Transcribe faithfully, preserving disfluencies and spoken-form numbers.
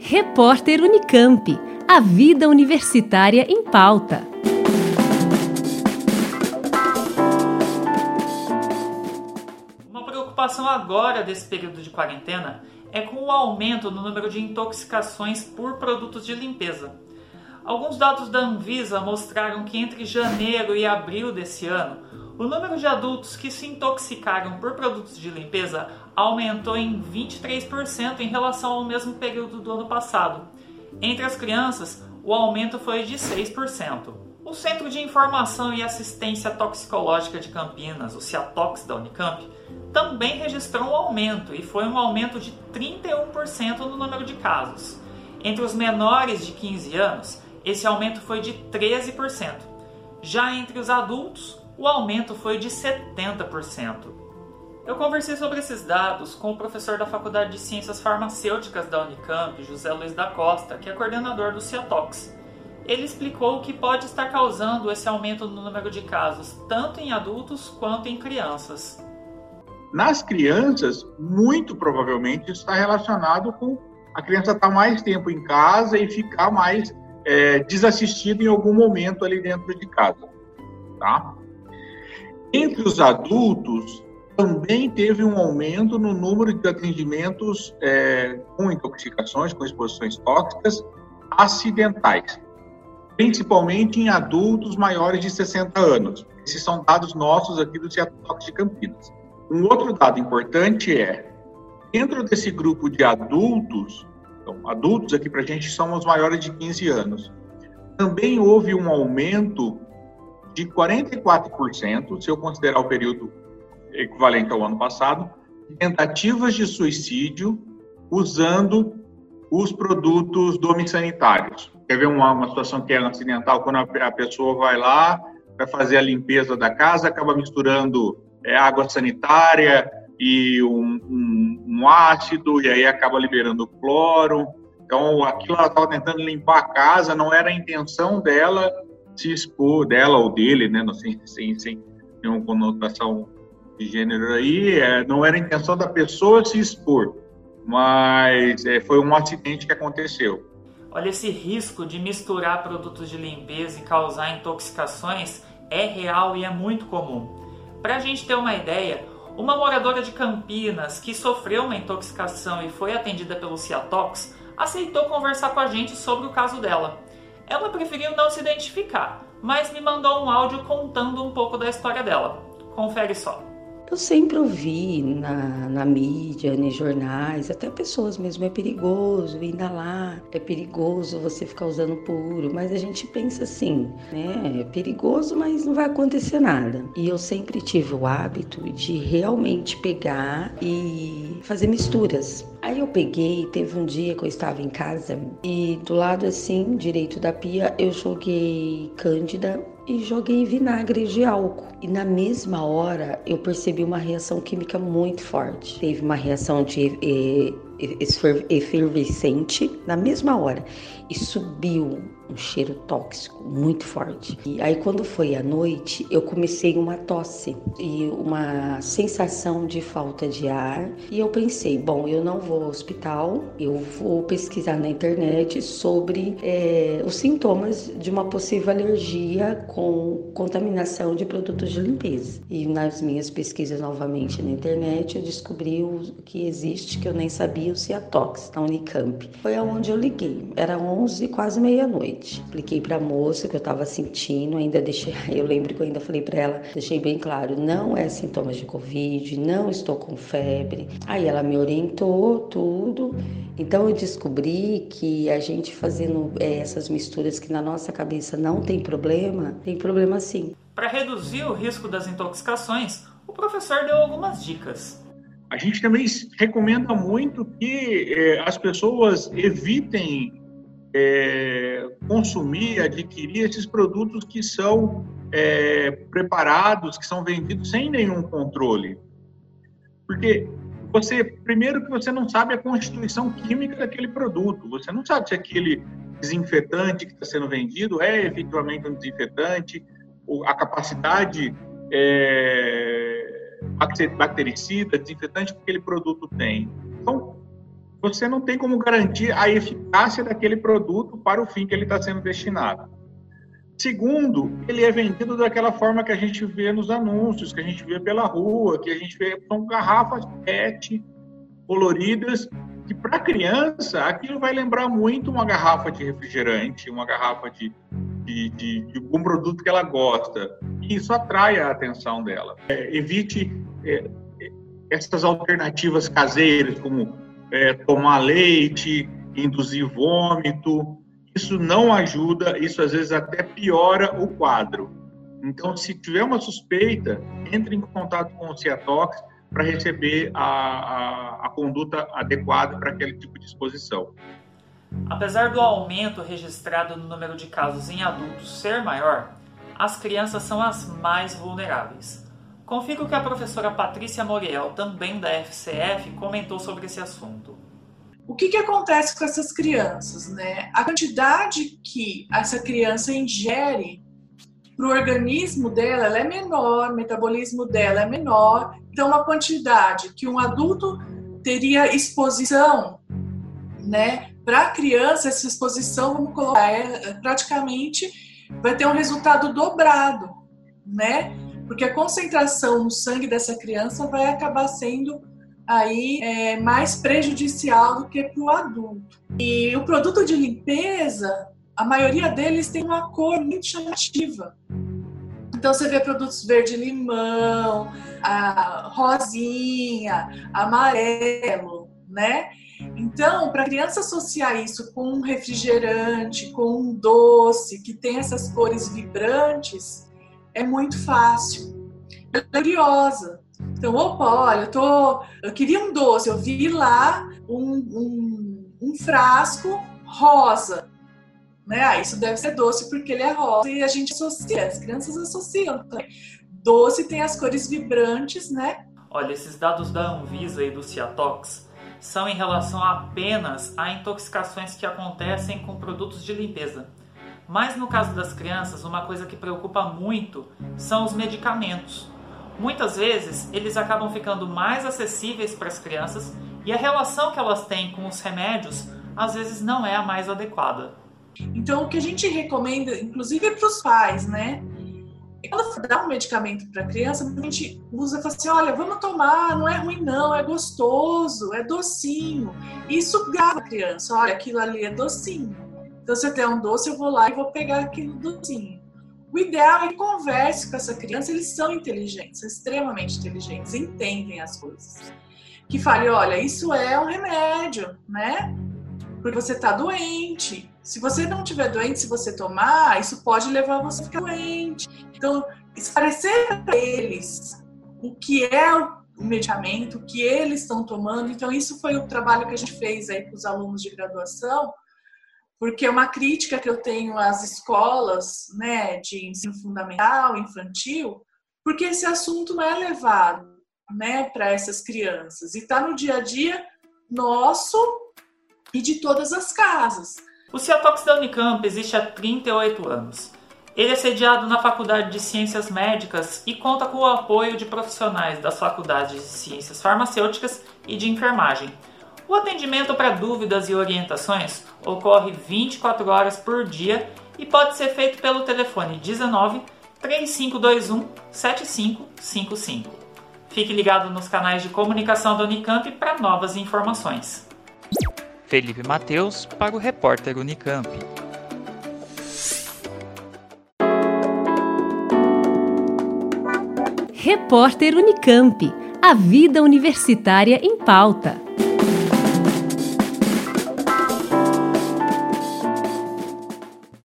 Repórter Unicamp. A vida universitária em pauta. Uma preocupação agora desse período de quarentena é com o aumento no número de intoxicações por produtos de limpeza. Alguns dados da Anvisa mostraram que entre janeiro e abril desse ano, o número de adultos que se intoxicaram por produtos de limpeza aumentou em vinte e três por cento em relação ao mesmo período do ano passado. Entre as crianças, o aumento foi de seis por cento. O Centro de Informação e Assistência Toxicológica de Campinas, o CIATOX da Unicamp, também registrou um aumento, e foi um aumento de trinta e um por cento no número de casos. Entre os menores de quinze anos, esse aumento foi de treze por cento. Já entre os adultos, o aumento foi de setenta por cento. Eu conversei sobre esses dados com o professor da Faculdade de Ciências Farmacêuticas da Unicamp, José Luiz da Costa, que é coordenador do CIATOX. Ele explicou o que pode estar causando esse aumento no número de casos, tanto em adultos quanto em crianças. Nas crianças, muito provavelmente está relacionado com a criança estar mais tempo em casa e ficar mais é, desassistida em algum momento ali dentro de casa, tá? Entre os adultos, também teve um aumento no número de atendimentos é, com intoxicações, com exposições tóxicas acidentais, principalmente em adultos maiores de sessenta anos. Esses são dados nossos aqui do CIATOX de Campinas. Um outro dado importante é, dentro desse grupo de adultos, então, adultos aqui para a gente são os maiores de quinze anos, também houve um aumento de quarenta e quatro por cento, se eu considerar o período equivalente ao ano passado, tentativas de suicídio usando os produtos domissanitários. Quer ver uma, uma situação que é acidental, quando a, a pessoa vai lá, vai fazer a limpeza da casa, acaba misturando é, água sanitária e um, um, um ácido, e aí acaba liberando cloro. Então, aquilo ela estava tentando limpar a casa, não era a intenção dela se expor, dela ou dele, né, sem, sem, sem nenhuma conotação de gênero aí, é, não era a intenção da pessoa se expor, mas é, foi um acidente que aconteceu. Olha, esse risco de misturar produtos de limpeza e causar intoxicações é real e é muito comum. Para a gente ter uma ideia, uma moradora de Campinas que sofreu uma intoxicação e foi atendida pelo CIATOX aceitou conversar com a gente sobre o caso dela. Ela preferiu não se identificar, mas me mandou um áudio contando um pouco da história dela. Confere só. Eu sempre ouvi na, na mídia, nos jornais, até pessoas mesmo, é perigoso inalar, é perigoso você ficar usando puro, mas a gente pensa assim, né, é perigoso, mas não vai acontecer nada. E eu sempre tive o hábito de realmente pegar e fazer misturas. Aí eu peguei, teve um dia que eu estava em casa e do lado assim, direito da pia, eu joguei cândida e joguei vinagre de álcool. E na mesma hora eu percebi uma reação química muito forte. Teve uma reação de eh, efervescente na mesma hora. E subiu um cheiro tóxico muito forte. E aí quando foi à noite, eu comecei uma tosse e uma sensação de falta de ar. E eu pensei, bom, eu não vou ao hospital, eu vou pesquisar na internet sobre é, os sintomas de uma possível alergia com contaminação de produtos de limpeza. E nas minhas pesquisas novamente na internet, eu descobri o que existe, que eu nem sabia, o CIATOX, da Unicamp. Foi aonde eu liguei, era onze, quase meia-noite. Expliquei para a moça que eu estava sentindo, ainda deixei, eu lembro que eu ainda falei para ela, deixei bem claro, não é sintomas de Covid, não estou com febre. Aí ela me orientou tudo, então eu descobri que a gente fazendo é, essas misturas que na nossa cabeça não tem problema, tem problema sim. Para reduzir o risco das intoxicações, o professor deu algumas dicas. A gente também recomenda muito que eh, as pessoas evitem É, consumir, adquirir esses produtos que são é, preparados, que são vendidos sem nenhum controle. Porque você, primeiro que você não sabe a constituição química daquele produto, você não sabe se aquele desinfetante que está sendo vendido é efetivamente um desinfetante, a capacidade é, bactericida, desinfetante que aquele produto tem. Então, você não tem como garantir a eficácia daquele produto para o fim que ele está sendo destinado. Segundo, ele é vendido daquela forma que a gente vê nos anúncios, que a gente vê pela rua, que a gente vê, são garrafas P E T coloridas, que para a criança aquilo vai lembrar muito uma garrafa de refrigerante, uma garrafa de, de, de, de um produto que ela gosta. E isso atrai a atenção dela. É, evite é, essas alternativas caseiras, como é, tomar leite, induzir vômito. Isso não ajuda, isso às vezes até piora o quadro. Então, se tiver uma suspeita, entre em contato com o Ciatox para receber a, a, a conduta adequada para aquele tipo de exposição. Apesar do aumento registrado no número de casos em adultos ser maior, as crianças são as mais vulneráveis. Confira o que a professora Patrícia Moriel, também da F C F, comentou sobre esse assunto. O que, que acontece com essas crianças, né? A quantidade que essa criança ingere para o organismo dela, ela é menor, o metabolismo dela é menor. Então, uma quantidade que um adulto teria exposição, né? Para a criança, essa exposição, vamos colocar, é, praticamente vai ter um resultado dobrado, né? Porque a concentração no sangue dessa criança vai acabar sendo aí é, mais prejudicial do que para o adulto. E o produto de limpeza, a maioria deles tem uma cor muito chamativa. Então você vê produtos verde-limão, a rosinha, amarelo, né? Então, para a criança associar isso com um refrigerante, com um doce, que tem essas cores vibrantes, é muito fácil. Ela é curiosa. Então, opa, olha, eu, tô, eu queria um doce, eu vi lá um, um, um frasco rosa. Né? Ah, isso deve ser doce porque ele é rosa. E a gente associa, as crianças associam também. Doce tem as cores vibrantes, né? Olha, esses dados da Anvisa e do Ciatox são em relação apenas a intoxicações que acontecem com produtos de limpeza. Mas no caso das crianças, uma coisa que preocupa muito são os medicamentos. Muitas vezes, eles acabam ficando mais acessíveis para as crianças e a relação que elas têm com os remédios, às vezes, não é a mais adequada. Então, o que a gente recomenda, inclusive para os pais, né? Quando for dar um medicamento para a criança, a gente usa e fala assim, olha, vamos tomar, não é ruim não, é gostoso, é docinho. Isso grava a criança, olha, aquilo ali é docinho. Então, se eu der um doce, eu vou lá e vou pegar aquele docinho. O ideal é que converse com essa criança, eles são inteligentes, são extremamente inteligentes, entendem as coisas. Que fale, olha, isso é um remédio, né? Porque você está doente. Se você não estiver doente, se você tomar, isso pode levar você a ficar doente. Então, esclarecer para eles o que é o medicamento, o que eles estão tomando. Então, isso foi o trabalho que a gente fez aí com os alunos de graduação, porque é uma crítica que eu tenho às escolas, né, de ensino fundamental, infantil, porque esse assunto não é levado, né, para essas crianças. E está no dia a dia nosso e de todas as casas. O Ciatox da Unicamp existe há trinta e oito anos. Ele é sediado na Faculdade de Ciências Médicas e conta com o apoio de profissionais das faculdades de Ciências Farmacêuticas e de Enfermagem. O atendimento para dúvidas e orientações ocorre vinte e quatro horas por dia e pode ser feito pelo telefone dezenove, três cinco dois um, sete cinco cinco cinco. Fique ligado nos canais de comunicação da Unicamp para novas informações. Felipe Mateus para o Repórter Unicamp. Repórter Unicamp. A vida universitária em pauta.